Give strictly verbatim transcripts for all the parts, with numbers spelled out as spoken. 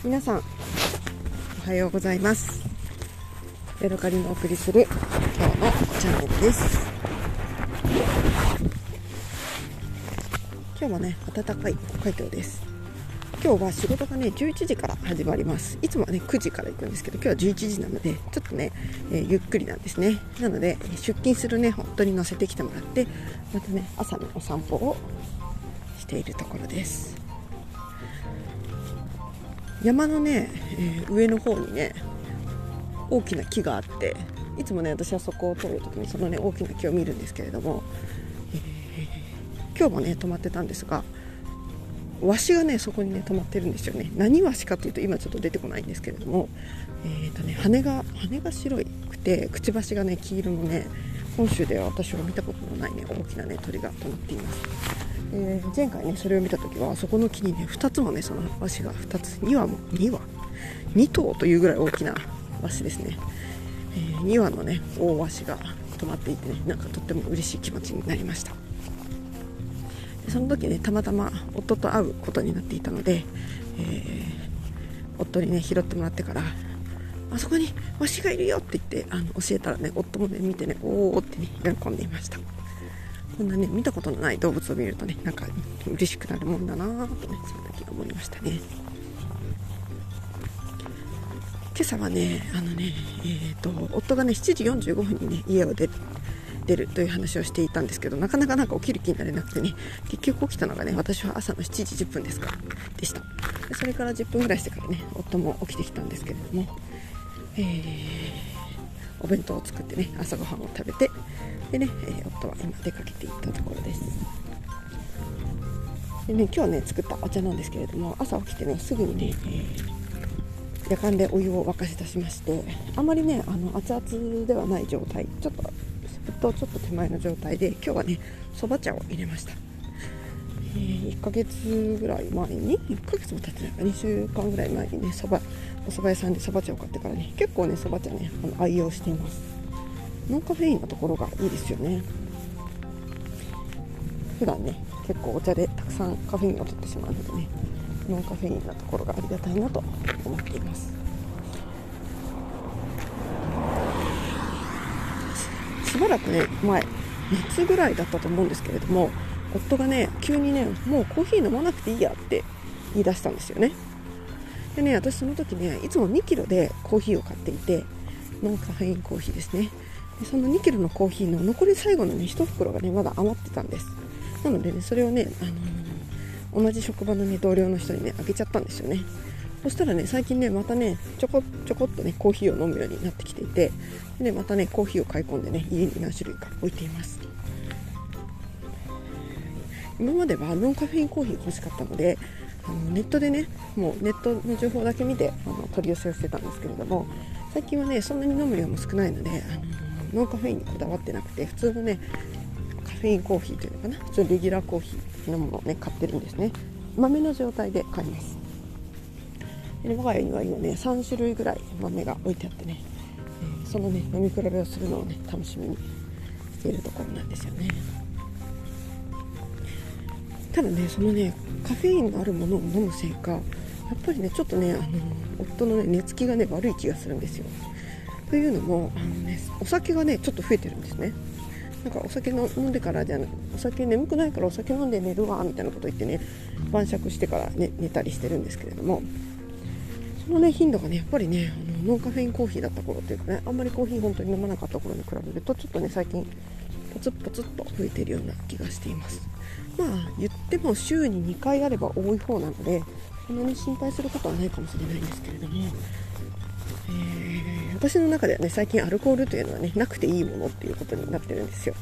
皆さんおはようございます。ヤドカリのお送りする今日のチャンネルです。今日もね暖かい北海道です。今日は仕事がねじゅういちじから始まります。いつもはねくじから行くんですけど、今日はじゅういちじなのでちょっとね、えー、ゆっくりなんですね。なので出勤するね夫に乗せてきてもらって、またね朝のお散歩をしているところです。山のね、えー、上の方にね大きな木があって、いつもね私はそこを通るときにそのね大きな木を見るんですけれども、えー、今日もね止まってたんですが、ワシがねそこにね止まってるんですよね。何ワシかというと今ちょっと出てこないんですけれども、えーとね、羽が羽が白くてくちばしがね黄色のね、本州では私が見たことのないね大きなね鳥が止まっています。えー、前回ねそれを見たときはそこの木にねふたつもねそのワシがふたつ、にわもにわに頭というぐらい大きなワシですね。えー、にわのね大ワシが止まっていてね、なんかとっても嬉しい気持ちになりました。その時ねたまたま夫と会うことになっていたので、えー、夫にね拾ってもらってから、あそこにワシがいるよって言ってあの教えたらね、夫もね見てねおーってね喜んでいました。こんなね見たことのない動物を見るとね、なんか嬉しくなるもんだなぁとね、その時思いましたね。今朝はねあのね、えー、と夫がねしちじよんじゅうごふんにね家を出る出るという話をしていたんですけど、なかなかなんか起きる気になれなくてね、結局起きたのがね私は朝のしちじじゅっぷんですからでした。でそれからじゅっぷんぐらいしてからね夫も起きてきたんですけれども、えー、お弁当を作ってね朝ごはんを食べて、でね、えー、夫は今出かけていったところです。でね今日ね作ったお茶なんですけれども、朝起きてねすぐにね、えー、やかんでお湯を沸かし出しまして、あまりねあの熱々ではない状態、ちょっと沸騰ちょっと手前の状態で今日はねそば茶を入れました。えー、いっかげつぐらい前にいっかげつも経ってないかにしゅうかんぐらい前にねそばお蕎麦屋さんでそば茶を買ってからね、結構ねそば茶ねあの愛用しています。ノンカフェインのところがいいですよね。普段ね結構お茶でたくさんカフェインを取ってしまうのでね、ノンカフェインなところがありがたいなと思っています。しばらくね前夏ぐらいだったと思うんですけれども、夫がね急にねもうコーヒー飲まなくていいやって言い出したんですよね。でね私その時ねいつもにキロでコーヒーを買っていて、ノンカフェインコーヒーですね。でそのにキロのコーヒーの残り最後のねいち袋がねまだ余ってたんです。なのでねそれをね、あのー、同じ職場のね同僚の人にねあげちゃったんですよね。そしたらね最近ねまたねちょこちょこっとねコーヒーを飲むようになってきていて、でまたねコーヒーを買い込んでね家に何種類か置いています。今まではノンカフェインコーヒー欲しかったので、あのネットでねもうネットの情報だけ見てあの取り寄せをしてたんですけれども、最近はねそんなに飲む量も少ないので、あのノンカフェインにこだわってなくて、普通のねカフェインコーヒーというのかな、普通のレギュラーコーヒーのものをね買ってるんですね。豆の状態で買います。で我が家には今ねさんしゅるいぐらい豆が置いてあってね、えー、そのね飲み比べをするのをね楽しみにしているところなんですよね。ただねそのねカフェインのあるものを飲むせいか、やっぱりねちょっとねあの夫の、ね、寝つきがね悪い気がするんですよ。というのもあの、ね、お酒がねちょっと増えてるんですね。なんかお酒の飲んでからじゃなお酒眠くないからお酒飲んで寝るわみたいなこと言ってね晩酌してから、ね、寝たりしてるんですけれども、そのね頻度がねやっぱりねあのノンカフェインコーヒーだった頃というかね、あんまりコーヒー本当に飲まなかった頃に比べるとちょっとね最近ポツッポツッと増えているような気がしています。まあ言っても週ににかいあれば多い方なので、そんなに心配することはないかもしれないんですけれども、えー、私の中ではね最近アルコールというのはねなくていいものっていうことになってるんですよ。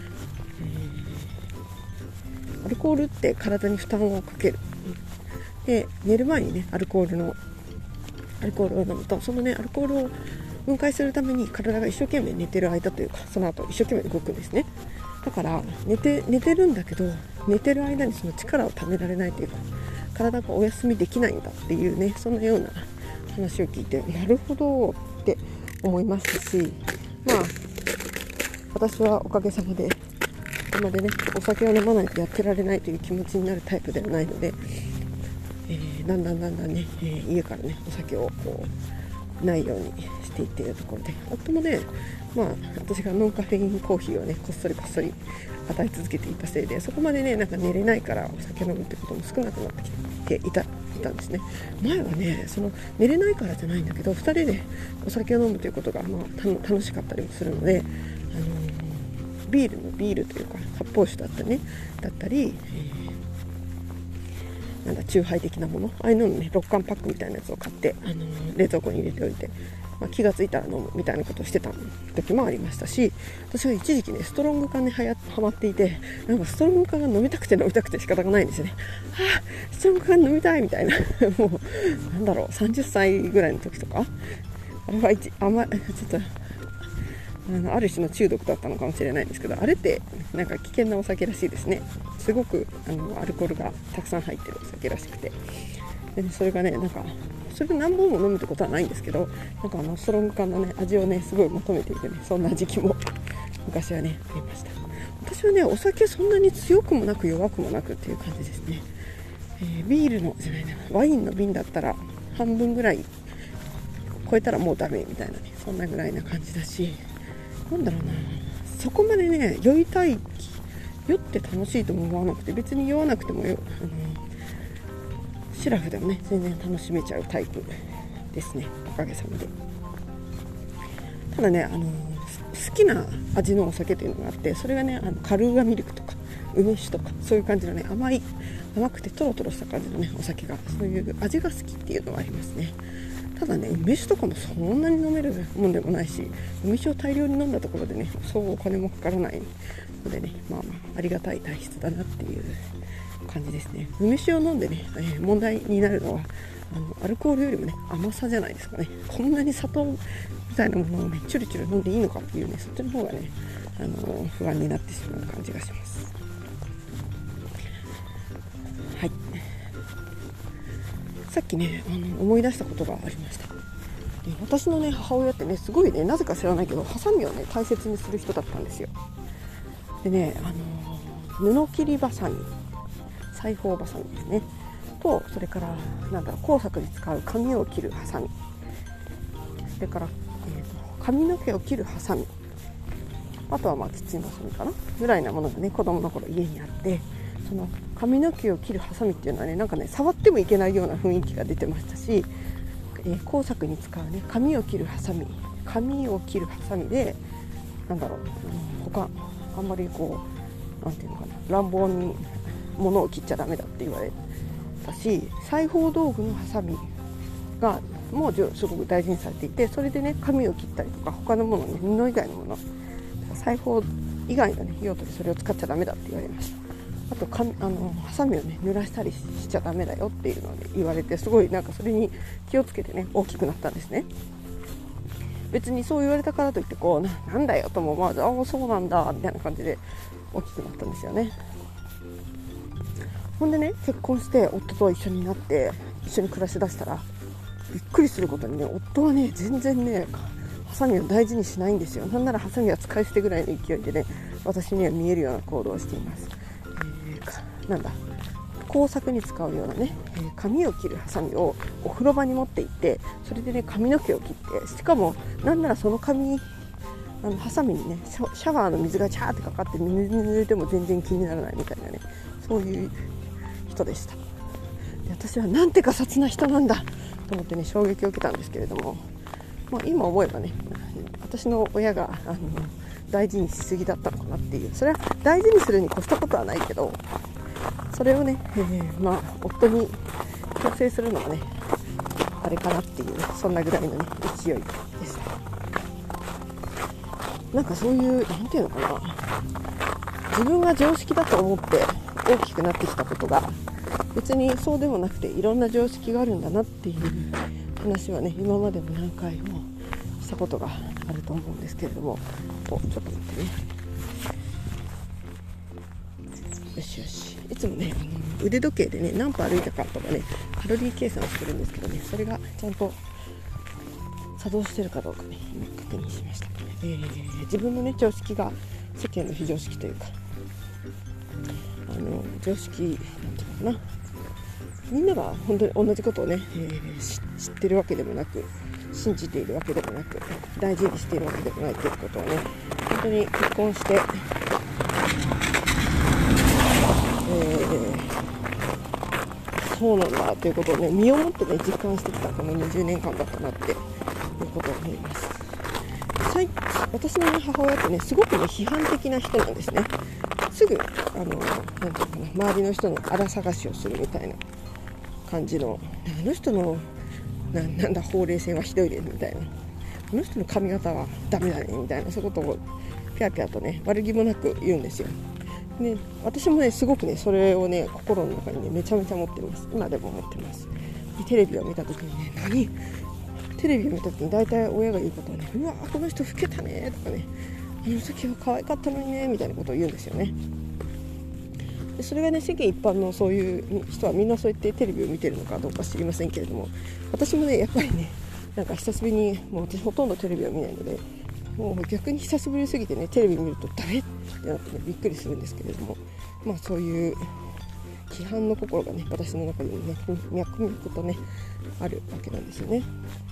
えー、アルコールって体に負担をかける。で寝る前にねアルコールのアルコールを飲むと、そのねアルコールを分解するために体が一生懸命寝てる間というか、その後一生懸命動くんですね。だから寝て寝てるんだけど、寝てる間にその力をためられないというか、体がお休みできないんだっていうね、そんなような話を聞いてなるほどって思いましたし、まあ私はおかげさまであまりねお酒を飲まないとやってられないという気持ちになるタイプではないので、 えー、だんだんだんだんね、えー、家からねお酒をこうないようにしていっているところで、夫もね、まあ、私がノンカフェインコーヒーをねこっそりこっそり与え続けていたせいで、そこまでねなんか寝れないからお酒飲むってことも少なくなってきていたいたんですね。前はねその寝れないからじゃないんだけど、ふたりでお酒を飲むということが、まあ、楽しかったりもするので、あのー、ビールのビールというか発泡酒だったりねだったり、えー、なんだ酎ハイ的なもの、ああいうののねろっかんパックみたいなやつを買って、あのー、冷蔵庫に入れておいて、まあ、気がついたら飲むみたいなことをしてた時もありましたし、私は一時期ねストロング缶にはやはまっていて、なんかストロング缶が飲みたくて飲みたくて仕方がないんですよね。はあ、ストロング缶飲みたいみたいなもうなんだろうさんじゅっさいぐらいの時とか、あれは一あまちょっとあのある種の中毒だったのかもしれないんですけど、あれってなんか危険なお酒らしいですね。すごくあのアルコールがたくさん入ってるお酒らしくて、でね、それがねなんかそれで何本も飲むってことはないんですけど、なんかあのストロング缶のね味をねすごい求めていてね、そんな時期も昔はねありました。私はねお酒そんなに強くもなく弱くもなくっていう感じですね。えー、ビールのじゃないなワインの瓶だったら半分ぐらい超えたらもうダメみたいなね、そんなぐらいな感じだし、なんだろうな、そこまでね酔いたい酔って楽しいとも思わなくて、別に酔わなくてもよあのシラフでもね全然楽しめちゃうタイプですね、おかげさまで。ただね、あのー、好きな味のお酒というのがあって、それがねあのカルーアミルクとか梅酒とかそういう感じのね甘い甘くてトロトロした感じのねお酒が、そういう味が好きっていうのはありますね。ただね梅酒とかもそんなに飲めるもんでもないし、梅酒を大量に飲んだところでねそうお金もかからないのでね、まあまあありがたい体質だなっていう感じですね。梅酒を飲んでね、えー、問題になるのはあのアルコールよりもね甘さじゃないですかね。こんなに砂糖みたいなものをねチュルチュル飲んでいいのかっていうね、そっちの方がね、あのー、不安になってしまう感じがします。はい、さっきねあの思い出したことがありました。で私のね母親ってねすごいねなぜか知らないけどハサミをね大切にする人だったんですよ。でね、あのー、布切りバサミ、裁縫バサミですねと、それからなんだろう工作に使う髪を切るハサミ、それから、えーと、髪の毛を切るハサミ、あとはまあキッチンバサミかなぐらいなものがね子供の頃家にあって、その髪の毛を切るハサミっていうのはねなんかね触ってもいけないような雰囲気が出てましたし、えー、工作に使うね髪を切るハサミ髪を切るハサミでなんだろう、うん、他あんまりこうなんていうのかな乱暴に物を切っちゃダメだって言われたし、裁縫道具のハサミがもうすごく大事にされていて、それでね髪を切ったりとか他のものね布以外のもの裁縫以外のね用途でそれを使っちゃダメだって言われました。あとかあのハサミをね濡らしたりしちゃダメだよっていうのを、ね、言われて、すごいなんかそれに気をつけてね大きくなったんですね。別にそう言われたからといってこう な, なんだよとも思わず、ああそうなんだみたいな感じで大きくなったんですよね。ほんでね結婚して夫と一緒になって一緒に暮らしだしたらびっくりすることにね、夫はね全然ねハサミを大事にしないんですよ。なんならハサミは使い捨てぐらいの勢いでね私には見えるような行動をしています。えー、なんだ工作に使うようなね、えー、髪を切るハサミをお風呂場に持って行って、それでね髪の毛を切って、しかもなんならその髪あのハサミにねシャワーの水がチャーってかかって濡れても全然気にならないみたいなね、そういう人でした。で私はなんてか殺な人なんだと思ってね衝撃を受けたんですけれども、まあ、今思えばね私の親があの大事にしすぎだったのかなっていう、それは大事にするに越したことはないけど、それをね、えー、まあ夫に強制するのはねあれかなっていう、ね、そんなぐらいのね勢いでした。なんかそういうなんていうのかな、自分が常識だと思って大きくなってきたことが別にそうでもなくていろんな常識があるんだなっていう話はね今までも何回もしたことがあると思うんですけれども、おちょっと待ってね、よしよし、いつもねあの腕時計でね何歩歩いたかとかねカロリー計算をしてるんですけどね、それがちゃんと作動してるかどうかね今確認しました。えー、自分のね常識が世間の非常識というか、あの常識なんていうのかな、 みんなが本当に同じことをね、えー、知ってるわけでもなく、信じているわけでもなく、大事にしているわけでもないということをね、本当に結婚して、えー、そうなんだということをね、身をもってね実感してきたこのにじゅうねんかんだったなっていうことを思います。私の、ね、母親ってねすごくね批判的な人なんですね。すぐあのなんていうかな、周りの人のあら探しをするみたいな感じの、あの人の な, なんだほうれい線はひどいねみたいな、あの人の髪型はダメだねみたいな、そういうことをピャピャとね悪気もなく言うんですよ。で私もねすごくねそれをね心の中にねめちゃめちゃ持ってます。今でも持ってます。でテレビを見た時にね、何テレビを見た時に大体親が言うことはね、うわこの人老けたねとかね、あの時は可愛かったのにねみたいなことを言うんですよね。でそれがね世間一般のそういう人はみんなそうやってテレビを見てるのかどうか知りませんけれども、私もねやっぱりねなんか久しぶりに、もう私ほとんどテレビを見ないので、もう逆に久しぶりすぎてねテレビ見ると誰ってなって、ね、びっくりするんですけれども、まあそういう批判の心がね私の中にね脈々とねあるわけなんですよね。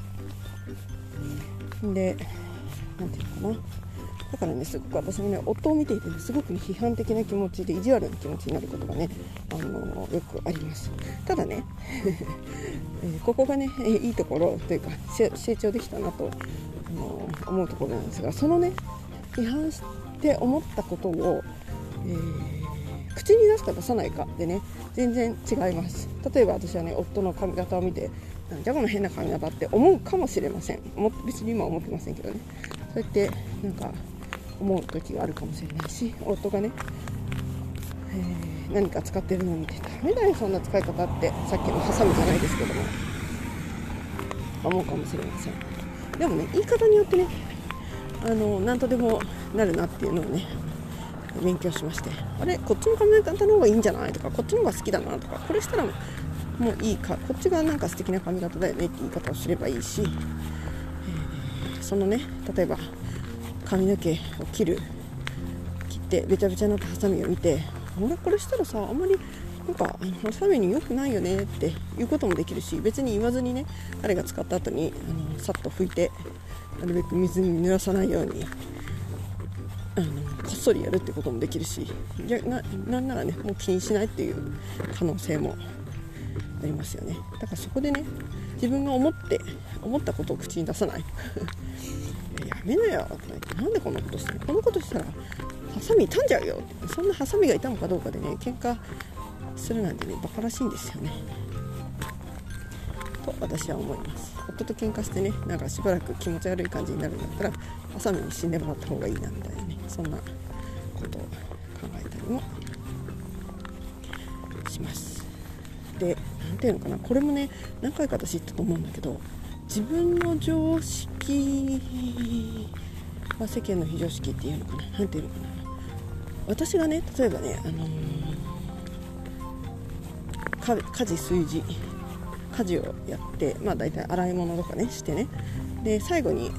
でなんていうのかな、だからねすごく私もね夫を見ていて、ね、すごく、ね、批判的な気持ちで意地悪な気持ちになることがね、あのよくあります。ただね、えー、ここがねいいところというか成長できたなと、あの思うところなんですが、そのね批判して思ったことを、えー、口に出すか出さないかでね全然違います。例えば私はね夫の髪型を見て、なんじゃこの変な髪型って思うかもしれません。別に今は思ってませんけどね、そうやってなんか思う時があるかもしれないし、夫がね、えー、何か使ってるのを見てダメだよそんな使い方って、さっきのハサミじゃないですけども思うかもしれません。でもね言い方によってねあの何とでもなるなっていうのをね勉強しまして、あれこっちの髪型の方がいいんじゃないとか、こっちの方が好きだなとか、これしたらもういいか、こっちがなんか素敵な髪型だよねって言い方をすればいいし、えー、そのね例えば髪の毛を切る切ってべちゃべちゃになったハサミを見て、俺これしたらさあんまりなんかハサミに良くないよねっていうこともできるし、別に言わずにね彼が使った後にあのさっと拭いてなるべく水に濡らさないようにあのこっそりやるってこともできるし、じゃ な, なんならねもう気にしないっていう可能性もありますよね。だからそこでね自分が思って思ったことを口に出さないやめなよって言って、なんでこんなことしてる、このことしたらハサミ傷んじゃうよって、そんなハサミが傷むかどうかでね喧嘩するなんてねバカらしいんですよねと私は思います。夫と喧嘩してねなんかしばらく気持ち悪い感じになるんだったらハサミに死んでもらった方がいいなみたいなね、そんなことを考えたりもします。でなんていうのかな、これもね何回か私言ったと思うんだけど、自分の常識は世間の非常識っていうのかな、なんていうのかな、私がね例えばね、あのー、家事炊事家事をやって、まあ、大体洗い物とかねしてね、で最後に、えー、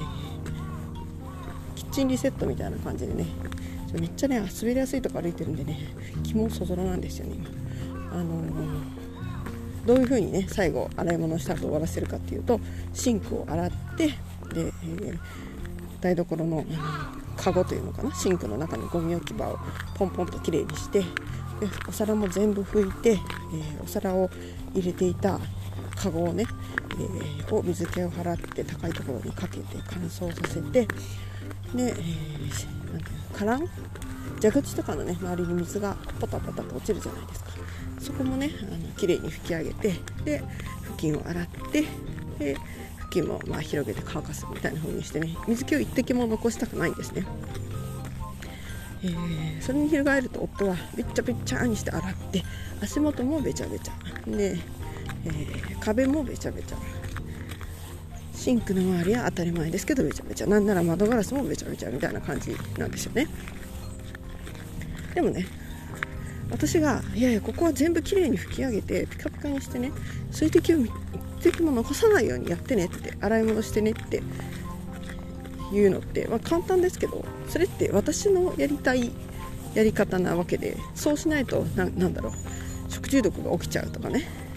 キッチンリセットみたいな感じでね、めっちゃね滑りやすいとこ歩いてるんでね気もそぞろなんですよね今。あのー、どういう風にね最後洗い物した後終わらせるかっていうと、シンクを洗ってで、えー、台所の、うん、カゴというのかな、シンクの中にゴミ置き場をポンポンときれいにして、でお皿も全部拭いて、えー、お皿を入れていたカゴをね、えー、を水気を払って高いところにかけて乾燥させて、で、えー、なんていうの、カラン蛇口とかのね周りに水がポタポタと落ちるじゃないですか。そこもねあのきれいに拭き上げて、で布巾を洗って、で布巾もまあ広げて乾かすみたいな風にしてね、水気を一滴も残したくないんですね。えー、それに翻ると夫はべっちゃべっちゃにして洗って、足元もべちゃべちゃで、えー、壁もべちゃべちゃ、シンクの周りは当たり前ですけどべちゃべちゃ、なんなら窓ガラスもべちゃべちゃみたいな感じなんですよね。でもね私がいやいやここは全部きれいに拭き上げてピカピカにしてね、水滴を一滴も残さないようにやってねって、洗い物してねっていうのって、まあ、簡単ですけど、それって私のやりたいやり方なわけで、そうしないと な, なんだろう食中毒が起きちゃうとかね、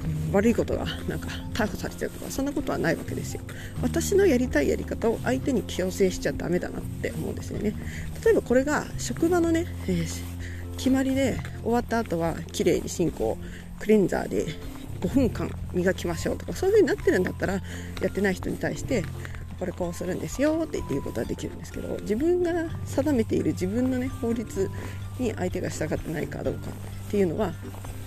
悪いことがなんか逮捕されちゃうとかそんなことはないわけですよ。私のやりたいやり方を相手に強制しちゃダメだなって思うんですよね。例えばこれが職場のね、えー、決まりで終わった後はきれいにシンクをクレンザーでごふんかん磨きましょうとかそういう風になってるんだったら、やってない人に対してこれこうするんですよって言っていうことはできるんですけど、自分が定めている自分のね法律に相手が従ってないかどうかっていうのは、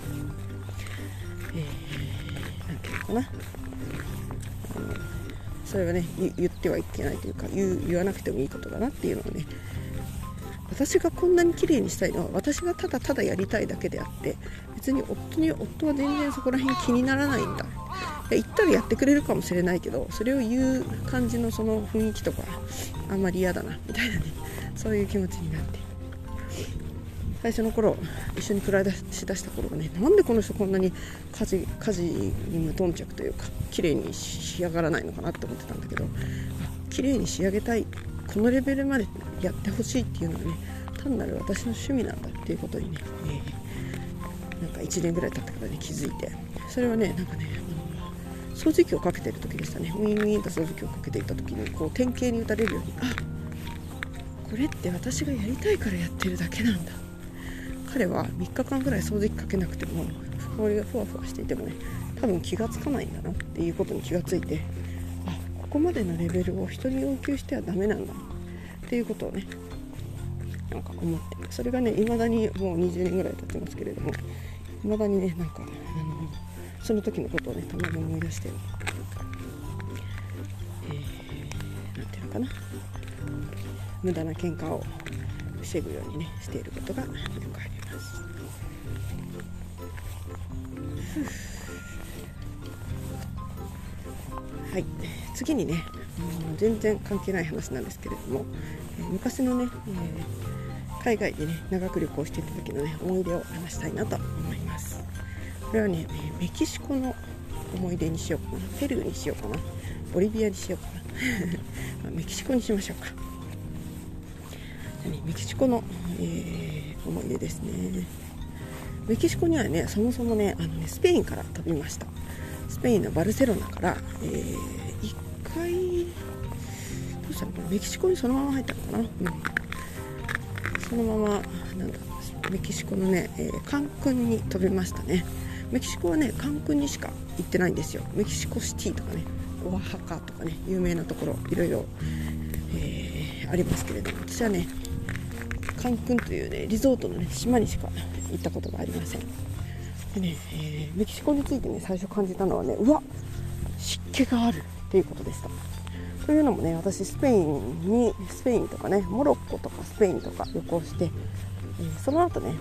えー、なんていうのかな、あのそれはね言ってはいけないというか 言, 言わなくてもいいことだなっていうのをね、私がこんなに綺麗にしたいのは私がただただやりたいだけであって、別に夫に夫は全然そこら辺気にならないんだ、言ったらやってくれるかもしれないけど、それを言う感じのその雰囲気とかあんまり嫌だなみたいなね、そういう気持ちになって、最初の頃一緒に暮らしだした頃はね、なんでこの人こんなに家事家事に無頓着というか綺麗に仕上がらないのかなって思ってたんだけど、綺麗に仕上げたい、このレベルまでやってほしいっていうのはね、単なる私の趣味なんだっていうことにね、えー、なんかいちねんぐらい経ってからね気づいて、それはねなんかね掃除機をかけている時でしたね。ウィンウィンと掃除機をかけていた時にこう典型に打たれるように、あ、これって私がやりたいからやってるだけなんだ、彼はみっかかんぐらい掃除機かけなくても香りがふわふわしていてもね多分気がつかないんだなっていうことに気がついて、あ、ここまでのレベルを人に要求してはダメなんだっていうことをねなんか思って、それがね未だにもうにじゅうねんぐらい経ってますけれども、未だにねなんかあのその時のことをねたまに思い出して、えー、なんていうのかな、無駄な喧嘩を防ぐようにねしていることがよくあります。はい、次にね、もう全然関係ない話なんですけれども、えー、昔のね、えー、海外でね長く旅行していた時のね思い出を話したいなと思います。これはねメキシコの思い出にしようかな、ペルーにしようかな、ボリビアにしようかなメキシコにしましょうか。メキシコの、えー、思い出ですね。メキシコにはねそもそもねあのねスペインから飛びました。スペインのバルセロナから、えー、いっかいどうしたのかな、メキシコにそのまま入ったのかな、うん、そのままなんだメキシコのね、えー、カンクンに飛びましたね。メキシコはねカンクンにしか行ってないんですよ。メキシコシティとかねオアハカとかね有名なところいろいろ、えー、ありますけれども、私はねカンクンというねリゾートの、ね、島にしか行ったことがありません。でね、えー、メキシコについてね最初感じたのはね、うわ湿気があるっていうことでした。というのもね、私スペインにスペインとかねモロッコとかスペインとか旅行して、えー、その後ね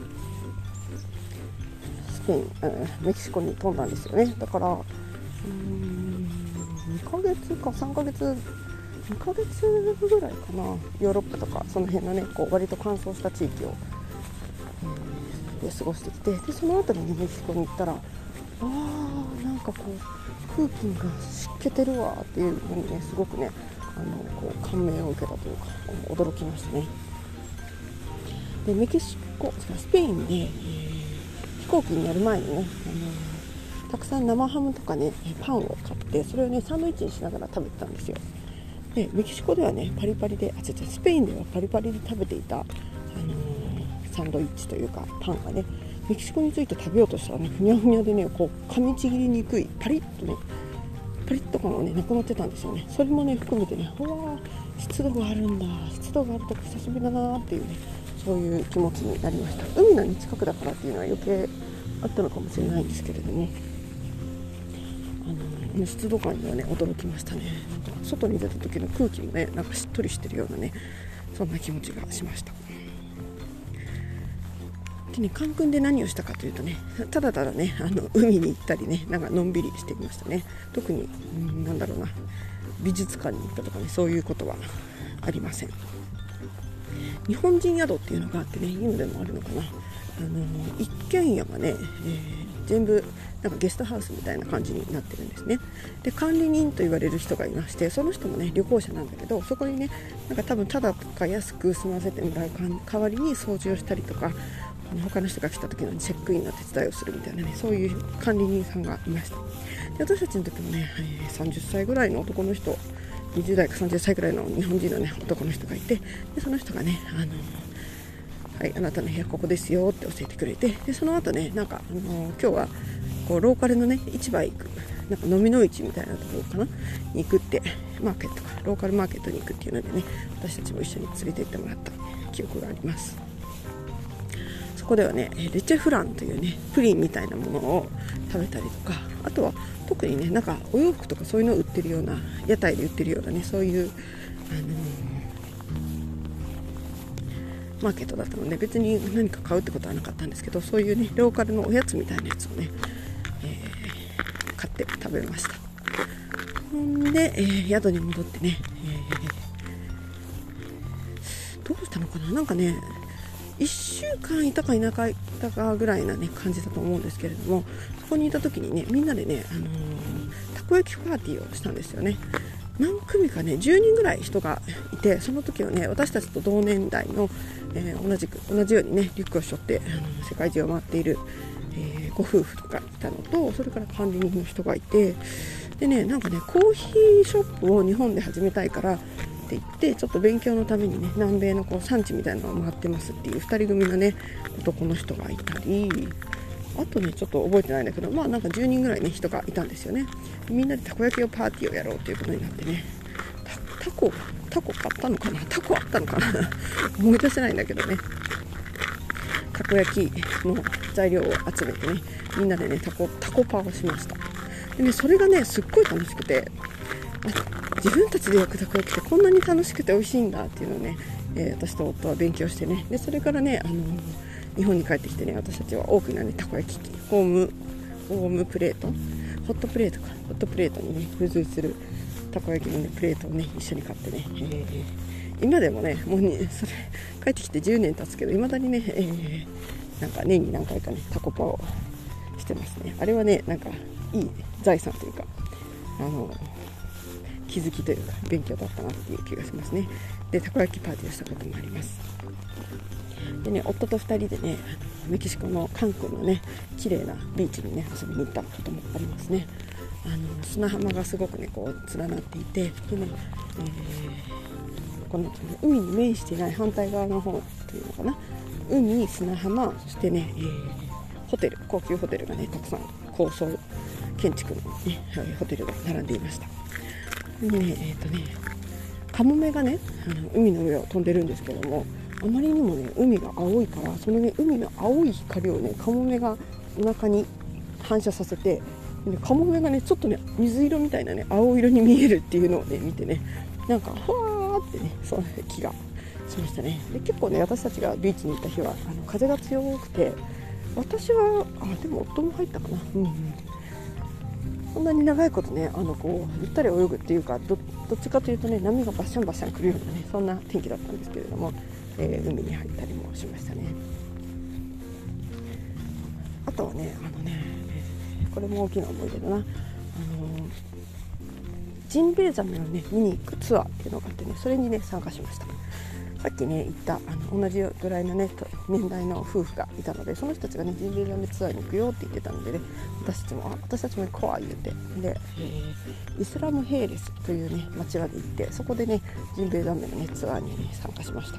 スペイン、えー、メキシコに飛んだんですよね。だからうーんにかげつかさんかげつにかげつぐらいかな、ヨーロッパとかその辺のねこう割と乾燥した地域を、えー、で過ごしてきて、でその後に、ね、メキシコに行ったら、あーなんかこう空気が湿気てるわっていうのにねすごくねあのこう感銘を受けたというか驚きましたね。でメキシコスペインで、えー、飛行機に乗る前にね、あのたくさん生ハムとかねパンを買ってそれをねサンドイッチにしながら食べてたんですよ。でメキシコではねパリパリで、あ違う違うスペインではパリパリで食べていた、あのー、サンドイッチというかパンがねメキシコについて食べようとしたらねふにゃふにゃでねこう噛みちぎりにくいパリッとねパリッと感がねなくなってたんですよね。それもね含めてね、うわ湿度があるんだ、湿度があると久しぶりだなっていうねそういう気持ちになりました。海の、ね、近くだからっていうのは余計あったのかもしれないんですけれども、あの湿度感にはね驚きましたね。なんか外に出た時の空気もねなんかしっとりしてるようなねそんな気持ちがしました。でね、カンクンで何をしたかというとね、ただただねあの海に行ったりねなんかのんびりしていましたね。特にんなんだろうな美術館に行ったとかねそういうことはありません。日本人宿っていうのがあってね今でもあるのかな、あの一軒家がね、えー、全部なんかゲストハウスみたいな感じになってるんですね。で管理人と言われる人がいまして、その人もね旅行者なんだけど、そこにねなんか多分ただとか安く済ませてもらう代わりに掃除をしたりとか他の人が来た時のチェックインの手伝いをするみたいなね、そういう管理人さんがいました。で私たちの時もね、えー、さんじゅっさいぐらいの男の人、にじゅう代かさんじゅっさいぐらいの日本人の、ね、男の人がいて、でその人がね、あのはい、あなたの部屋ここですよって教えてくれて、でその後ね、なんか、あのー、今日はこうローカルのね市場行く、なんか飲みの市みたいなところかなに行くって、マーケットかローカルマーケットに行くっていうのでね、私たちも一緒に連れて行ってもらった記憶があります。そこではね、レチェフランというねプリンみたいなものを食べたりとか、あとは特にね、なんかお洋服とかそういうのを売ってるような、屋台で売ってるようなね、そういう、あのー、マーケットだったので、別に何か買うってことはなかったんですけど、そういうねローカルのおやつみたいなやつをね、えー、買って食べました。ほんで、えー、宿に戻ってね、えー、どうしたのかな、なんかねいっしゅうかんいたかいなかいたかぐらいな、ね、感じだと思うんですけれども、そこにいた時にね、みんなでね、あのー、たこ焼きパーティーをしたんですよね。何組かね、じゅうにんぐらい人がいて、その時はね、私たちと同年代の、えー、同じく同じようにねリュックを背負って、あの世界中を回っている、えー、ご夫婦とかいたのと、それから管理人の人がいて、でね、なんかねコーヒーショップを日本で始めたいからって言って、ちょっと勉強のためにね南米のこう産地みたいなのを回ってますっていうふたり組のね男の人がいたり、あとねちょっと覚えてないんだけど、まあなんかじゅうにんぐらいね人がいたんですよね。みんなでたこ焼きをパーティーをやろうということになってね、たタコタコ買ったのかな、タコあったのかな思い出せないんだけどね、たこ焼きの材料を集めてね、みんなでねタコタコパをしました。でね、それがねすっごい楽しくて、自分たちで焼くたこ焼きってこんなに楽しくて美味しいんだっていうのをね、えー、私と夫は勉強してね、でそれからね、あのー、日本に帰ってきてね、私たちは大きなねたこ焼き器、ホームホームプレート、ホットプレートかホットプレートにね付随するたこ焼きの、ね、プレートをね一緒に買ってね、えー、今でもねもうねそれ帰ってきてじゅうねん経つけど、未だにね、えー、なんか年に何回かねタコパをしてますね。あれはね、なんかいい財産というか、あの気づきというか勉強だったなっていう気がしますね。でたこ焼きパーティーをしたこともあります。でね、夫とふたりでね、メキシコのカンクンのね綺麗なビーチにね遊びに行ったこともありますね。あの砂浜がすごくねこう連なっていて、でね、えー、この海に面していない反対側の方というのかな、海、砂浜、そしてね、えー、ホテル、高級ホテルがねたくさん高層建築の、ね、ホテルが並んでいました。でね、えーとね、カモメがねあの海の上を飛んでるんですけども、あまりにもね海が青いから、そのね海の青い光をねカモメがお腹に反射させて、でカモメがねちょっとね水色みたいなね青色に見えるっていうのをね見てね、なんかふわーってねその気がしましたね。で結構ね私たちがビーチに行った日はあの風が強くて、私はあでも夫も入ったかな、うんうん、そんなに長いことねあのこうゆったり泳ぐっていうか、 ど, どっちかというとね波がバッシャンバッシャン来るようなねそんな天気だったんですけれども、えー、海に入ったりもしましたね。あとはねあのねこれも大きな思い出だな、あのジンベエザメをね見に行くツアーっていうのがあってね、それにね参加しました。さっきね言ったあの同じぐらいのね年代の夫婦がいたので、その人たちがねジンベエザメツアーに行くよって言ってたのでね、私たちもあ私たちも行こう言ってで、えー、イスラムヘイレスというね町まで行って、そこでねジンベエザメのねツアーに、ね、参加しました。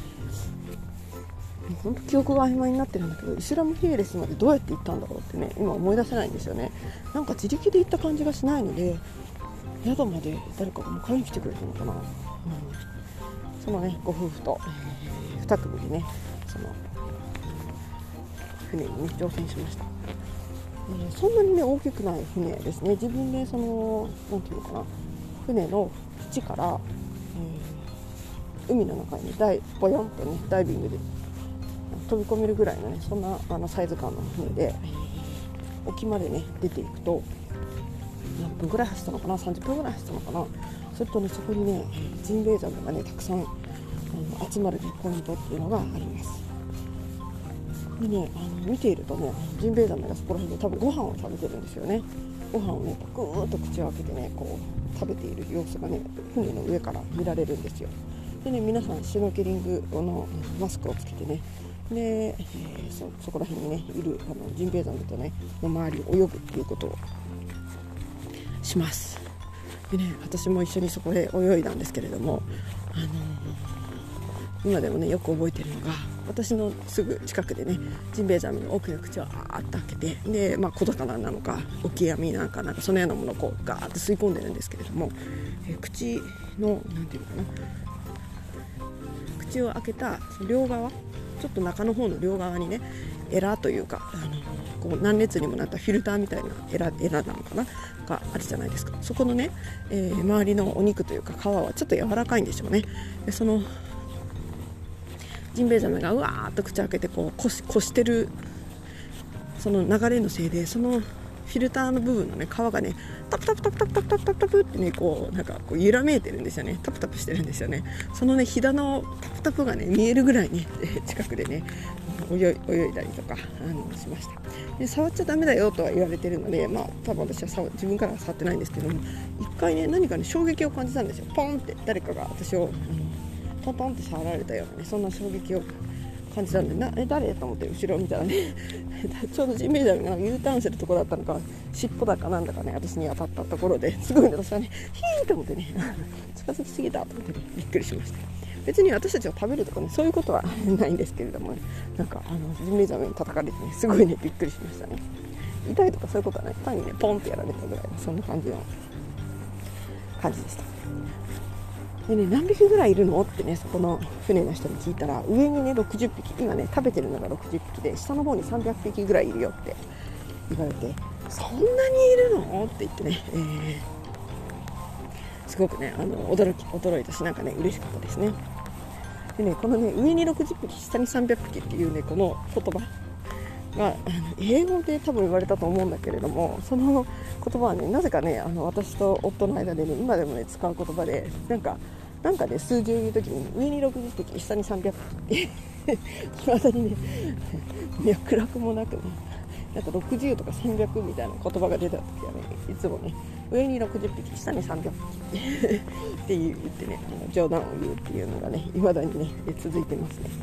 本当記憶が曖昧になってるんだけど、イスラムヘイレスまでどうやって行ったんだろうってね今思い出せないんですよね。なんか自力で行った感じがしないので、宿まで誰かが迎えに来てくれたのかな、うん、そのねご夫婦と、えー、に組でねその船にね乗船しました。えー、そんなにね大きくない船ですね。自分でそのなんていうのかな、船の縁から、えー、海の中にダイボヨンとねダイビングで飛び込めるぐらいのねそんなあのサイズ感の船で、えー、沖までね出ていくと何分ぐらい走ったのかな、さんじゅっぷんぐらい走ったのかな。それとねそこにねジンベエザメがねたくさんあの集まる、ね、ポイントっていうのがあります。でねあの見ているとねジンベエザメがそこら辺で多分ご飯を食べてるんですよね。ご飯をねパクーっと口を開けてねこう食べている様子がね船の上から見られるんですよ。でね皆さんシュノーケリングのマスクをつけてね、 で、えー、そ, そこら辺にねいるあのジンベエザメとねの周りを泳ぐっていうことをします。でね、私も一緒にそこで泳いだんですけれども、あのー、今でもねよく覚えてるのが、私のすぐ近くでねジンベエザメの大きな口をあーって開けて、で、まあ、小魚なのかオキアミなんかなんかそのようなものをこうガーッと吸い込んでるんですけれども、えー、口のなんていうのかな、口を開けた両側、ちょっと中の方の両側にねエラというか、あのこう何列にもなったフィルターみたいなエラ、エラなのかながあるじゃないですか。そこのね、えー、周りのお肉というか皮はちょっと柔らかいんでしょうね。でそのジンベエザメがうわーっと口開けてこうこし、こしてるその流れのせいで、そのフィルターの部分のね皮がねタプタプタプタプタプタプタプタプってねこうなんかこう揺らめいてるんですよね。タプタプしてるんですよね。そのねひだのタプタプがね見えるぐらいね近くでね泳い、泳いだりとかあのしました。で触っちゃダメだよとは言われてるので、まあ多分私は触自分からは触ってないんですけども、一回ね何かね衝撃を感じたんですよ。ポンって誰かが私をあのトントンって触られたようなねそんな衝撃を感じたんで、なえ誰と思って後ろを見たらねちょうどジンベエザメが U ターンするところだったのか、尻尾だかなんだかね私に当たったところで、すごいね私はねヒーンと思ってね近づきすぎたと思って、ね、びっくりしました。別に私たちを食べるとかねそういうことはないんですけれども、ね、なんかあのジンベエザメに叩かれてねすごいねびっくりしましたね。痛いとかそういうことはない、単にねポンってやられたぐらいのそんな感じの感じでした。でね、何匹ぐらいいるのってねそこの船の人に聞いたら、上にねろくじゅっぴき、今ね食べてるのがろくじゅっぴきで、下の方にさんびゃくぴきぐらいいるよって言われて、そんなにいるのって言ってね、えー、すごくねあの驚き驚いたし、なんかね嬉しかったですね。でねこのね上にろくじゅっぴき下にさんびゃくぴきっていうねこの言葉があの英語で多分言われたと思うんだけれども、その言葉はねなぜかねあの私と夫の間でね今でもね使う言葉で、なんかなんかね数字を言うときに上にろくじゅっぴき下にさんびゃくぴきってまさにね脈絡もなくね、なんかろくじゅうとかさんびゃくみたいな言葉が出たときはねいつもね上にろくじゅっぴき下にさんびゃくぴきって言ってねあの冗談を言うっていうのがね未だにね続いてますね。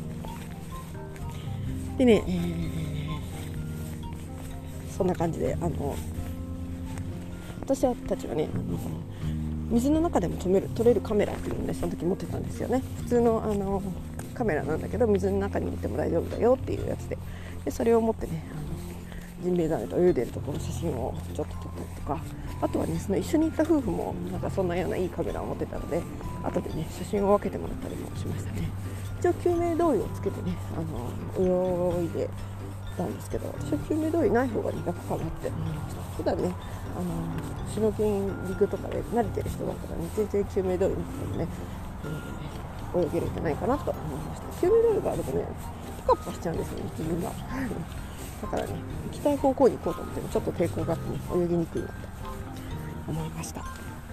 でね、えーそんな感じで、あの私たちはねあの水の中でも撮れる、撮れるカメラっていうのをねその時持ってたんですよね。普通の、あのカメラなんだけど水の中に入れても大丈夫だよっていうやつで、でそれを持ってねあのジンベエザメと泳いでるところの写真をちょっと撮ったりとか、あとはねその一緒に行った夫婦もなんかそんなようないいカメラを持ってたので、後でね写真を分けてもらったりもしましたね。一応救命胴衣をつけてねあの泳いでたんですけど、私は救命胴衣ない方が楽かなって思いました。普段ねあのシュノーケリングとかで慣れてる人だったらね全然救命胴衣なくてもね、えー、泳げるんじゃないかなと思いました。救命胴衣があるとねポカポカしちゃうんですよね自分がだからね行きたい方向に行こうと思ってもちょっと抵抗があってね泳ぎにくいなと思いました。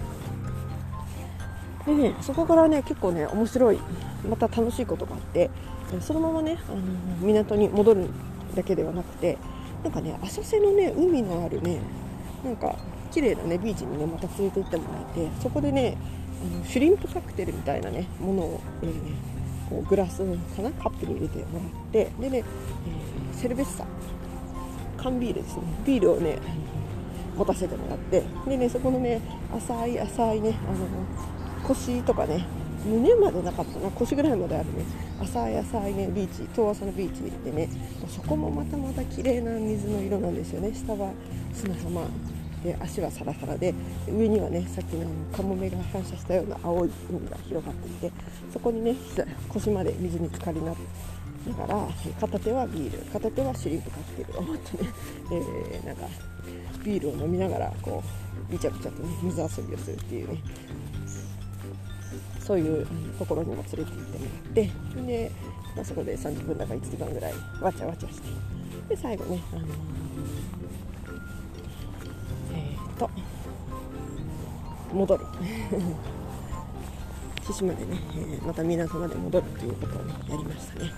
でねそこからね結構ね面白いまた楽しいことがあって、そのままねあの港に戻るだけではなくて、なんかね浅瀬のね海のあるねなんか綺麗なねビーチにねまた連れて行ってもらえて、そこでねあのシュリンプカクテルみたいなねものを、えー、こうグラスかなカップに入れてもらって、でね、えー、セルベッサ缶ビールですね、ビールをね持たせてもらって、でねそこのね浅い浅いねあの腰とかね胸までなかったな、腰ぐらいまであるね浅い浅いねビーチ、遠浅のビーチでね、そこもまたまた綺麗な水の色なんですよね。下は砂浜で足はサラサラで、上にはねさっきのカモメが反射したような青い海が広がっていて、そこにね腰まで水に浸かりながら片手はビール片手はシュリンプカクテルを持ってね、えー、なんかビールを飲みながらこうビチャビチャとね水遊びをするっていうね、そういうところにも連れて行ってもらって、で、まあ、そこでさんじゅっぷんだかいちじかんぐらいわちゃわちゃして、で最後ね、あのー、えー、っと戻る岸までね、えー、また港まで戻るということを、ね、やりましたね。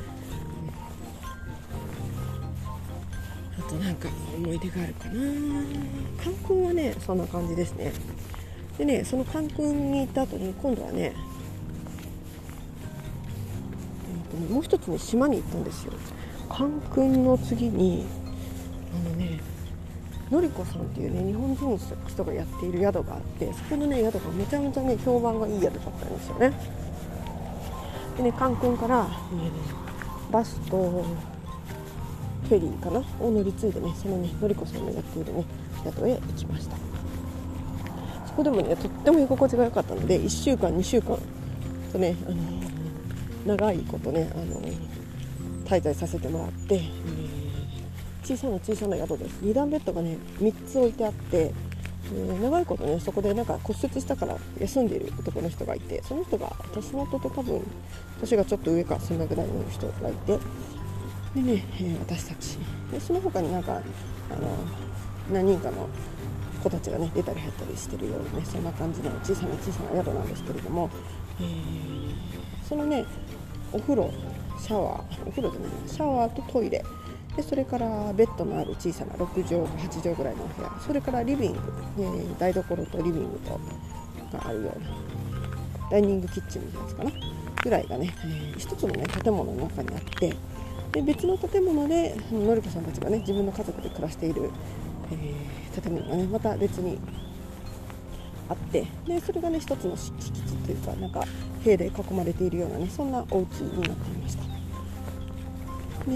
あとなんか思い出があるかな。カンクンはねそんな感じですね。でね、そのカンクンに行った後に今度はね、えーとねー、もう一つね島に行ったんですよ。カンクンの次にあのねのりこさんっていうね日本人の人がやっている宿があって、そこのね宿がめちゃめちゃね評判がいい宿だったんですよね。でねカンクンから、えー、バスとフェリーかなを乗り継いでね、そのねのりこさんのやっているね宿へ行きました。そこでもねとっても居心地が良かったので、いっしゅうかんにしゅうかんとね、あのー、長いことね、あのー、滞在させてもらって、えー小さな小さな宿です。にだんベッドがねみっつ置いてあって、えー、長いことねそこでなんか骨折したから休んでいる男の人がいて、その人が私の夫と多分年がちょっと上かそんなぐらいの人がいて、でね、えー、私たちでその他になんかあの何人かの子たちがね出たり入ったりしてるようなね、そんな感じの小さな小さな宿なんですけれども、えー、そのねお風呂シャワーお風呂じゃないシャワーとトイレで、それからベッドのある小さなろくじょうはちじょうぐらいのお部屋、それからリビング、えー、台所とリビングとがあるようなダイニングキッチンみたいなやつかなぐらいがね、えー、一つのね建物の中にあって、で別の建物でのりこさんたちがね自分の家族で暮らしている、えー、建物がねまた別にあって、でそれがね一つの敷地というかなんか塀で囲まれているようなねそんなお家になっていました。で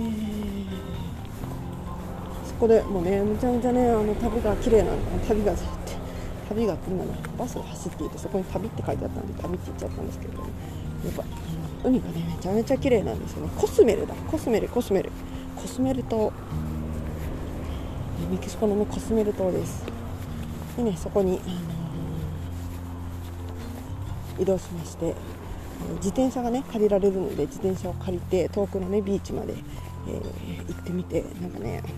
そこでもうねめちゃめちゃねあの旅が綺麗な旅が旅が今ねバスが走っていて、そこに旅って書いてあったんで旅って言っちゃったんですけれども、やっぱ海がねめちゃめちゃ綺麗なんですよね。コスメルだコスメルコスメルコスメル島、メキシコのねコスメル島です。でねそこに、あのー、移動しまして、自転車がね借りられるので自転車を借りて遠くのねビーチまで、えー、行ってみて、なんかね、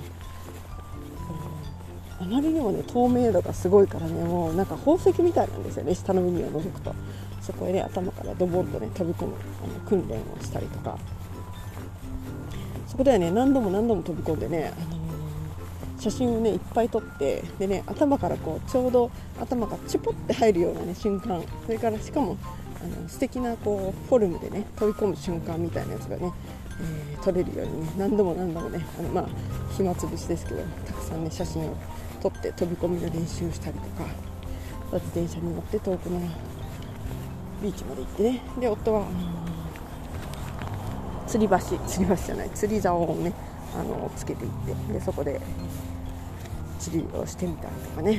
あのー、あまりにもね透明度がすごいからね、もうなんか宝石みたいなんですよね。下の海を覗くとそこへね頭からドボンとね飛び込むあの訓練をしたりとか、そこではね何度も何度も飛び込んでね、あのー写真をねいっぱい撮って、でね頭からこうちょうど頭がチュポって入るようなね瞬間、それからしかもあの素敵なこうフォルムでね飛び込む瞬間みたいなやつがね、えー、撮れるようにね何度も何度もねあのまあ暇つぶしですけどたくさんね写真を撮って飛び込みの練習したりとか、自転車に乗って遠くのビーチまで行ってね、で夫は、うん、吊り橋吊り橋じゃない釣り竿をねあのつけていって、でそこで釣りをしてみたりとかね、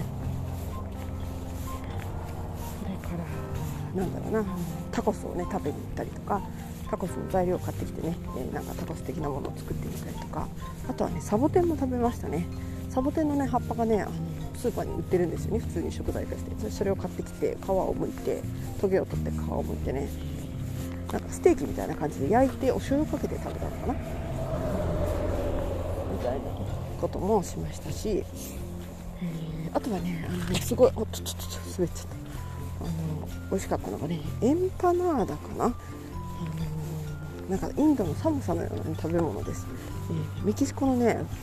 それからなんだろうなタコスをね食べに行ったりとか、タコスの材料を買ってきてね、えー、なんかタコス的なものを作ってみたりとか、あとはねサボテンも食べましたね。サボテンのね葉っぱがねあのスーパーに売ってるんですよね、普通に食材として。それを買ってきて皮を剥いてトゲを取って皮を剥いてね、なんかステーキみたいな感じで焼いてお醤油かけて食べたのかなみたいなこともしましたし、えー、あとはねあのねすごいおっとちょっと滑っちゃった、あの美味しかったのがねエンパナーダかな、あのなんかインドの寒さのような、ね、食べ物です。えー、メキシコのねあの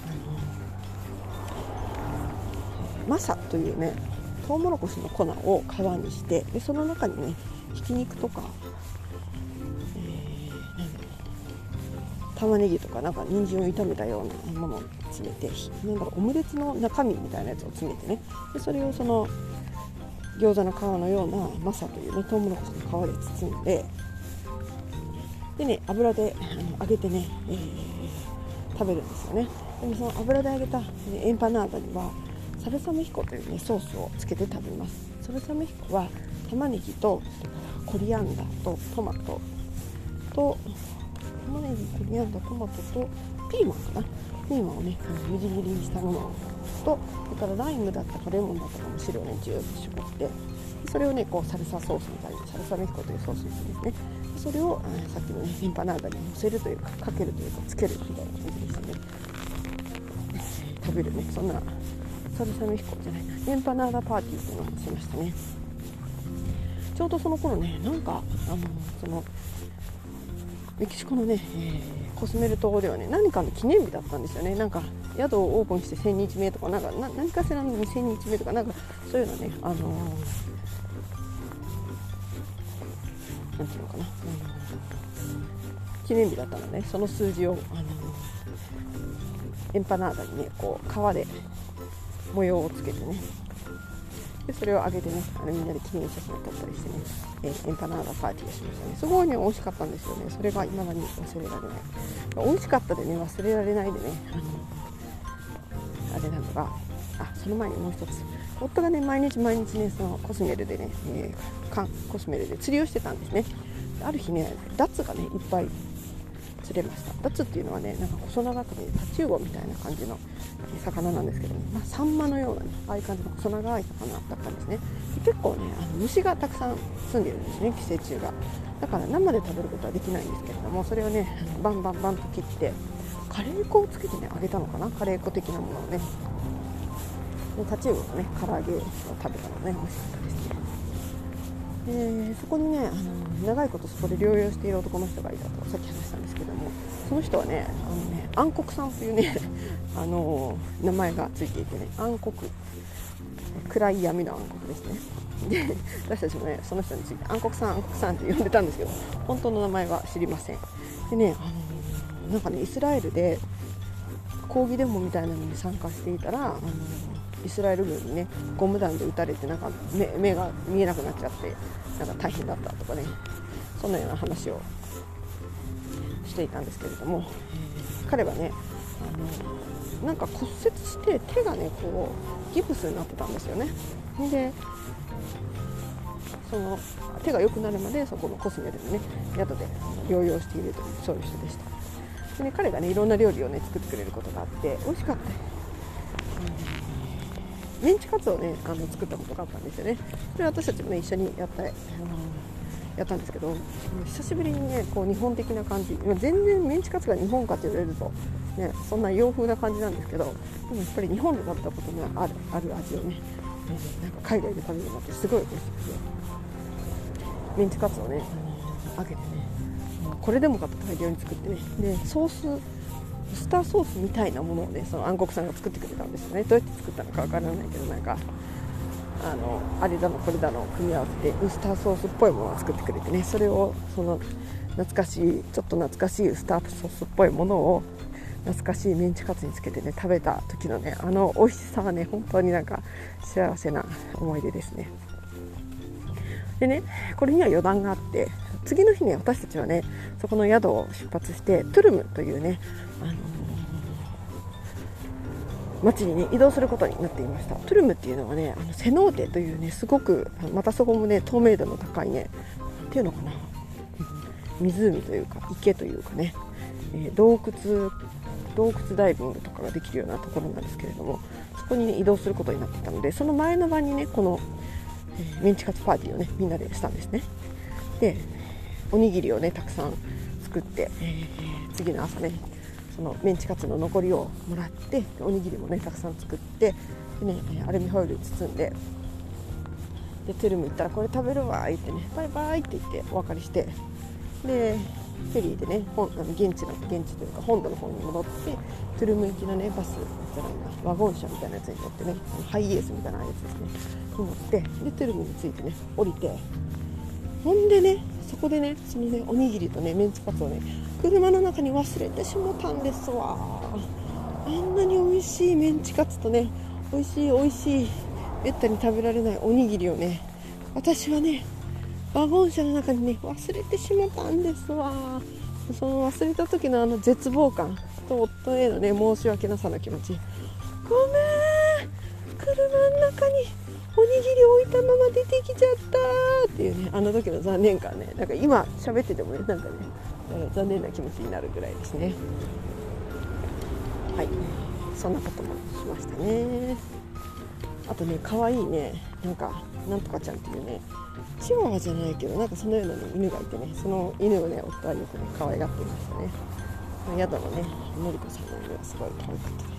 マサというねトウモロコシの粉を皮にして、でその中にねひき肉とか、えー、なんだろう玉ねぎとかなんか人参を炒めたようなものを詰めて、なんだろうオムレツの中身みたいなやつを詰めてね、でそれをその餃子の皮のようなマサというねトウモロコシの皮で包んで、でね油であの揚げてね、えー、食べるんですよね。でもその油で揚げた、ね、エンパナーダにはサルサメヒコという、ね、ソースをつけて食べます。サルサメヒコは玉ねぎとコリアンダーとトマトと玉ねぎ、コリアンダー、トマトとピーマンかな、ピーマンをねみじん切りにしたものと、それからライムだったかレモンだったかの汁をねジューッと絞って、それをねこうサルサソースみたいにサルサメヒコというソースにしてですね、それをさっきのねエンパナーダに乗せるというかかけるというかつけるみたいな感じでしてね食べるね、そんなサルサメヒコじゃないなエンパナーダパーティーっていうのもしましたね。ちょうどその頃ねなんかあのそのメキシコのね、えー、コスメル島ではね何かの記念日だったんですよね。なんか宿をオープンしてせんにちめとかなんかな何かしらのにせんにちめとかなんかそういうのね、あのー、なんていうのかな、 記念日だったのね、その数字をあのエンパナーダにねこう革で模様をつけてね、でそれを上げてね、あのみんなで記念写真を撮ったりしてね、えー、エンパナーダパーティーをしましたね。すごいね美味しかったんですよね。それが未だに忘れられない。美味しかったでね忘れられないでね、あのあれなのが、あその前にもう一つ、夫がね毎日毎日ねそのコスメルでね、えー、かコスメルで釣りをしてたんですね。ある日ねダツがねいっぱい釣れました。ダツっていうのはねなんか細長くてタチウオみたいな感じの魚なんですけどね、まあ、サンマのようなねああいう感じの細長い魚だったんですね。で結構ねあの虫がたくさん住んでいるんですね、寄生虫が。だから生で食べることはできないんですけれども、それをねバンバンバンと切ってカレー粉をつけてね揚げたのかな、カレー粉的なものをね、でタチウオのね唐揚げを食べたのね美味しかったですね。でそこにねあの長いことそこで療養している男の人がいたとさっき話したんですけども、その人はねあのね暗黒さんというねあの名前がついていてね、暗黒、暗い闇の暗黒ですね。で私たちもねその人について暗黒さん暗黒さんって呼んでたんですけど、本当の名前は知りません。でねあのなんかねイスラエルで抗議デモみたいなのに参加していたら、あのイスラエル軍にねゴム弾で撃たれてなんか 目, 目が見えなくなっちゃってなんか大変だったとかね、そんなような話をしていたんですけれども、彼はねあのなんか骨折して手がねこうギプスになってたんですよね。でその手が良くなるまでそこのコスメでね宿で療養しているというそういう人でした。で、ね、彼がねいろんな料理をね作ってくれることがあって美味しかった。メンチカツをねあの作ったことがあったんですよね。それは私たちもね一緒にやった、あのやったんですけど、久しぶりにねこう日本的な感じ、全然メンチカツが日本かと言われると、ね、そんな洋風な感じなんですけど、でもやっぱり日本で食べたことのある、ある味をね、なんか海外で食べるようになってすごい美味しくて、メンチカツをね揚げてね、これでもかと大量に作ってね、でソースウスターソースみたいなものをねその暗黒さんが作ってくれたんですよね。どうやって作ったのかわからないけど、なんかあのあれだのこれだの組み合わせてウスターソースっぽいものを作ってくれてね、それをその懐かしいちょっと懐かしいウスターソースっぽいものを懐かしいメンチカツにつけてね食べた時のねあの美味しさはね本当になんか幸せな思い出ですね。でねこれには余談があって、次の日ね私たちはねそこの宿を出発してトゥルムというね、あのー、町に、ね、移動することになっていました。トゥルムっていうのはねあのセノーテというねすごくまたそこもね透明度の高いねっていうのかな、湖というか池というかね、えー、洞窟洞窟ダイビングとかができるようなところなんですけれども、そこに、ね、移動することになっていたので、その前の晩にねこの、えー、メンチカツパーティーをねみんなでしたんですね。でおにぎりをねたくさん作って、えー、次の朝ねそのメンチカツの残りをもらって、おにぎりもねたくさん作って、でねアルミホイル包んで、でトゥルム行ったらこれ食べるわ言ってねバイバイって言ってお別れして、でフェリーでね本あの現地の現地というか本土の方に戻って、トゥルム行きのねバスじゃないなワゴン車みたいなやつに乗ってね、ハイエースみたいなやつですねに乗って、でトゥルムに着いてね降りて、ほんでねそこでねそのねおにぎりとねメンチカツをね車の中に忘れてしもたんですわ。あんなに美味しいメンチカツとね美味しい美味しいめったに食べられないおにぎりをね私はねワゴン車の中にね忘れてしもたんですわ。その忘れた時のあの絶望感と夫へのね申し訳なさの気持ち、ごめん車の中におにぎり置いたまま出てきちゃったっていうねあの時の残念感ね、なんか今喋っててもねなんかね残念な気持ちになるぐらいですね。はい、そんなこともしましたね。あとね可愛いねなんかなんとかちゃんっていうねチワワじゃないけどなんかそのような、ね、犬がいてね、その犬をね夫はよくね可愛がっていましたね。宿のねのりこさんの犬はすごい可愛かったです。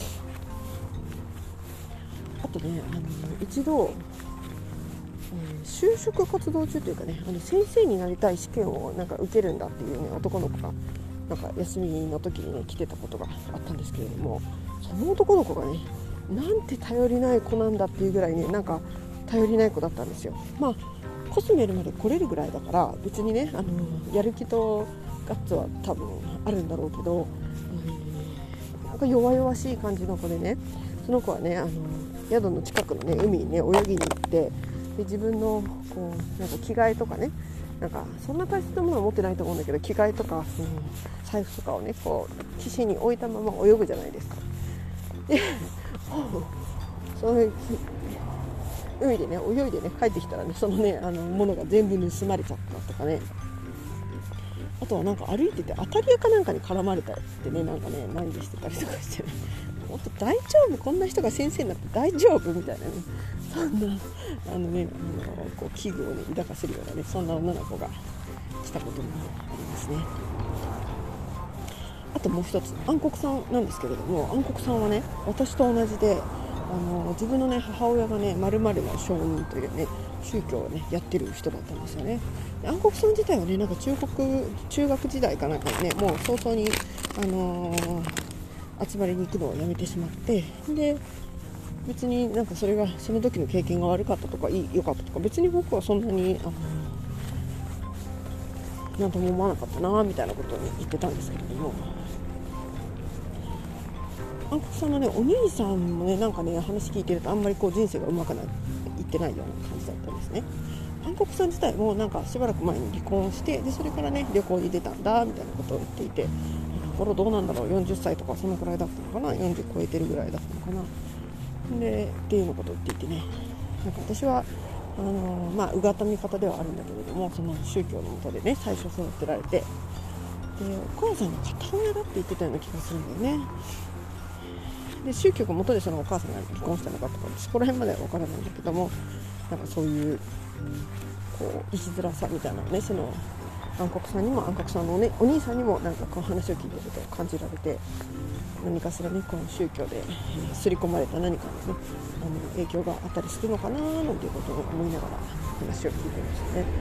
あとねあの一度、えー、就職活動中というかねあの先生になりたい試験をなんか受けるんだっていうね男の子がなんか休みの時にね来てたことがあったんですけれども、その男の子がねなんて頼りない子なんだっていうぐらいねなんか頼りない子だったんですよ。まあコスメルまで来れるぐらいだから別にねあのやる気とガッツは多分あるんだろうけど、うん、なんか弱々しい感じの子でね、その子はねあの宿の近くの、ね、海にね泳ぎに行って、で自分のこうなんか着替えとかね、なんかそんな大切なものは持ってないと思うんだけど、着替えとか、うん、財布とかをねこう岸に置いたまま泳ぐじゃないですか。でそういう海でね泳いでね帰ってきたらね、そのねあのものが全部盗まれちゃったとかね、あとはなんか歩いてて当たり屋かなんかに絡まれたってね、なんかね難儀してたりとかしてね、本当大丈夫、こんな人が先生になって大丈夫みたいなね、そんなあのねあのこう危惧をね抱かせるようなね、そんな女の子が来たこともありますね。あともう一つ暗黒さんなんですけれども、暗黒さんはね私と同じで、あの自分のね母親がね〇〇の商人というね宗教をねやってる人だったんですよね。で暗黒さん自体はねなんか中国中学時代かなんかにねもう早々に、あのー、集まりに行くのをやめてしまって、で別になんかそれがその時の経験が悪かったとかいい良かったとか別に僕はそんなにあのなんとも思わなかったなみたいなことを、ね、言ってたんですけれども、暗黒さんのねお兄さんもねなんかね話聞いてるとあんまりこう人生がうまくないいってないような感じだったんですね。暗黒さん自体もなんかしばらく前に離婚して、でそれからね旅行に出たんだみたいなことを言っていて、これどうなんだろう、よんじゅっさいとかそのくらいだったのかな、よんじゅう超えてるぐらいだったのかなでっていうのことを言っていてね、なんか私はあのー、まあうがった見方ではあるんだけれども、その宗教の下でね最初育てられて、でお母さんの片親だって言ってたような気がするんだよね。で宗教の下でそのお母さんが離婚したのかとかそこら辺までは分からないんだけども、なんかそういうこう生きづらさみたいなのね、その暗黒さんにも暗黒さんの、ね、お兄さんにもなんかこう話を聞いてると感じられて、何かしらねこの宗教で刷り込まれた何かのねあの影響があったりするのかななんていうことを思いながら話を聞いてましたね。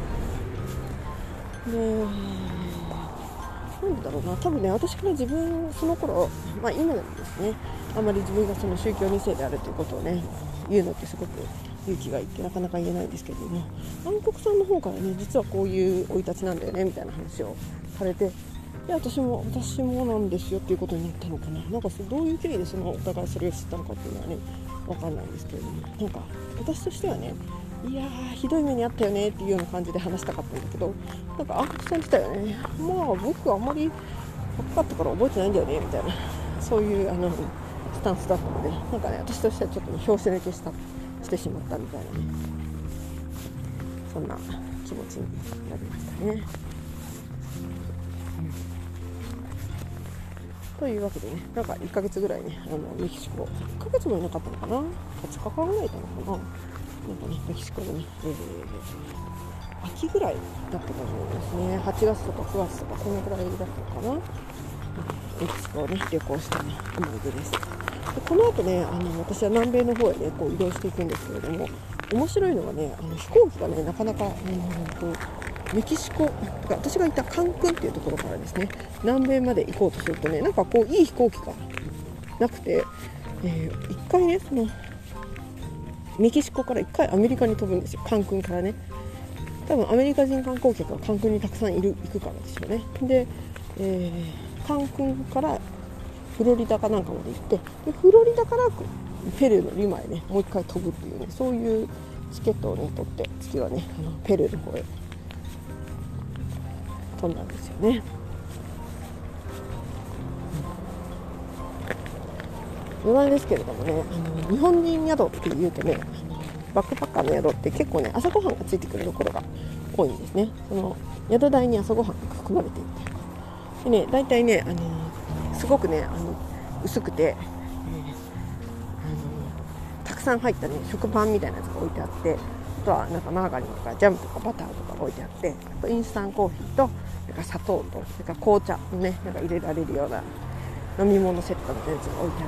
でなんでだろうな、多分ね私から自分その頃、まあ、今でもですねあんまり自分がその宗教に世であるということをね言うのってすごく勇気がいってなかなか言えないんですけれども、暗黒さんの方からね実はこういう生い立ちなんだよねみたいな話をされて、いや私も私もなんですよっていうことになったのかな、なんかどういう経緯でそのお互いそれを知ったのかっていうのはね分かんないんですけれども、なんか私としてはねいやーひどい目にあったよねっていうような感じで話したかったんだけど、なんか暗黒さん自体はねまあ僕はあんまり若かったから覚えてないんだよねみたいなそういうあのスタンスだったので、なんかね私としてはちょっと拍子抜けしたしてしまったみたいなね、そんな気持ちになりましたね。というわけでね、なんかいっかげつぐらいね、あのメキシコ、いっかげつもいなかったのかな、はつかかんぐらいいたのかな、なんかね、メキシコのね、えー、秋ぐらいだったと思いますね、はちがつとかくがつとか、そのぐらいだったのかな、メキシコをね、旅行した、ね、思い出です。でこの後ね、あの私は南米の方へね、こう移動していくんですけれども、面白いのがね、あの飛行機がね、なかなか、うんとメキシコ、私がいたカンクンっていうところからですね南米まで行こうとするとね、なんかこういい飛行機がなくて、えー、いっかいねそのメキシコからいっかいアメリカに飛ぶんですよ、カンクンからね。多分アメリカ人観光客がカンクンにたくさんいる行くからですよね。で、えー、カンクンからフロリダかなんかまで行って、でフロリダからペルーのリマへねもういっかい飛ぶっていうね、そういうチケットをね取って次はねあのペルーの方へ飛んだんですよね。余談ですけれどもね、あの日本人宿っていうとね、バックパッカーの宿って結構ね朝ごはんがついてくるところが多いんですね。その宿代に朝ごはんが含まれていて、でね大体ね、あのすごくねあの薄くて、えー、あのたくさん入ったね食パンみたいなやつが置いてあって、あとはなんかマーガリンとかジャムとかバターとか置いてあって、あとインスタントコーヒーとなんか砂糖とそれから紅茶のねなんか入れられるような飲み物セットみたいなやつが置いてあって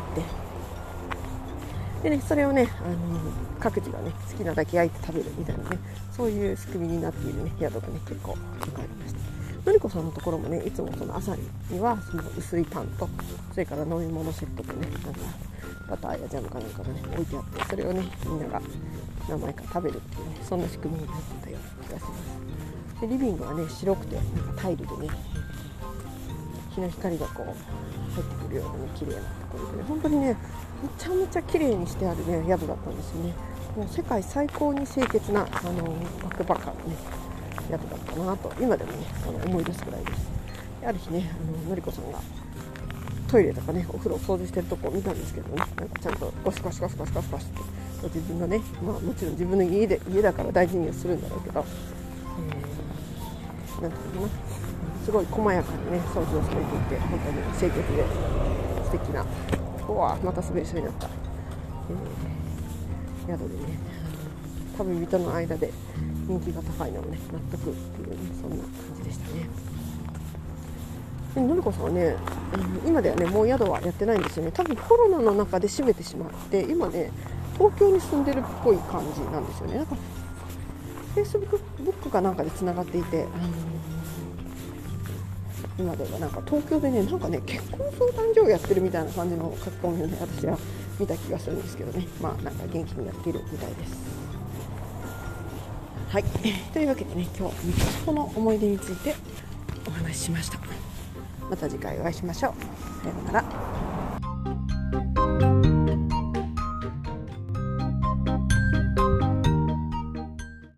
、でねそれをね、あの各自がね好きなだけ焼いて食べるみたいなね、そういう仕組みになっているね宿がね結構ありました。のりこさんのところもねいつもその朝にはその薄いパンとそれから飲み物セットとねなんかバターやジャムかなんかがね置いてあって、それをねみんなが何枚か食べるっていうね、そんな仕組みになってたような気がします。 でリビングはね白くてなんかタイルでね日の光がこう入ってくるようなね綺麗なところでね、本当にねめちゃめちゃ綺麗にしてあるね宿だったんですよね。もう世界最高に清潔なあのバックパッカーのね宿だったなと今でもねあの思い出すくらいです。である日ねあののりこさんがトイレとかねお風呂掃除してるとこを見たんですけどね、なんかちゃんとゴシゴシゴシゴシゴシゴシって自分のね、まあ、もちろん自分の家で家だから大事にはするんだろうけど、えー、なんていうのかな、すごい細やかにね掃除をされていて本当に清潔で素敵な、うわまた滑りそうになった、えー、宿でね旅人の間で人気が高いのもね納得っていう、ね、そんな感じでしたね。でのりこさんはね、今ではねもう宿はやってないんですよね。多分コロナの中で閉めてしまって今ね東京に住んでるっぽい感じなんですよね。なんかフェイスブックかなんかでつながっていて、あのー、今ではなんか東京でねなんかね結婚相談所をやってるみたいな感じの書き込みをね私は見た気がするんですけどね、まあなんか元気にやっているみたいです。はい、というわけでね今日メキシコの思い出についてお話ししました。また次回お会いしましょう。さようなら。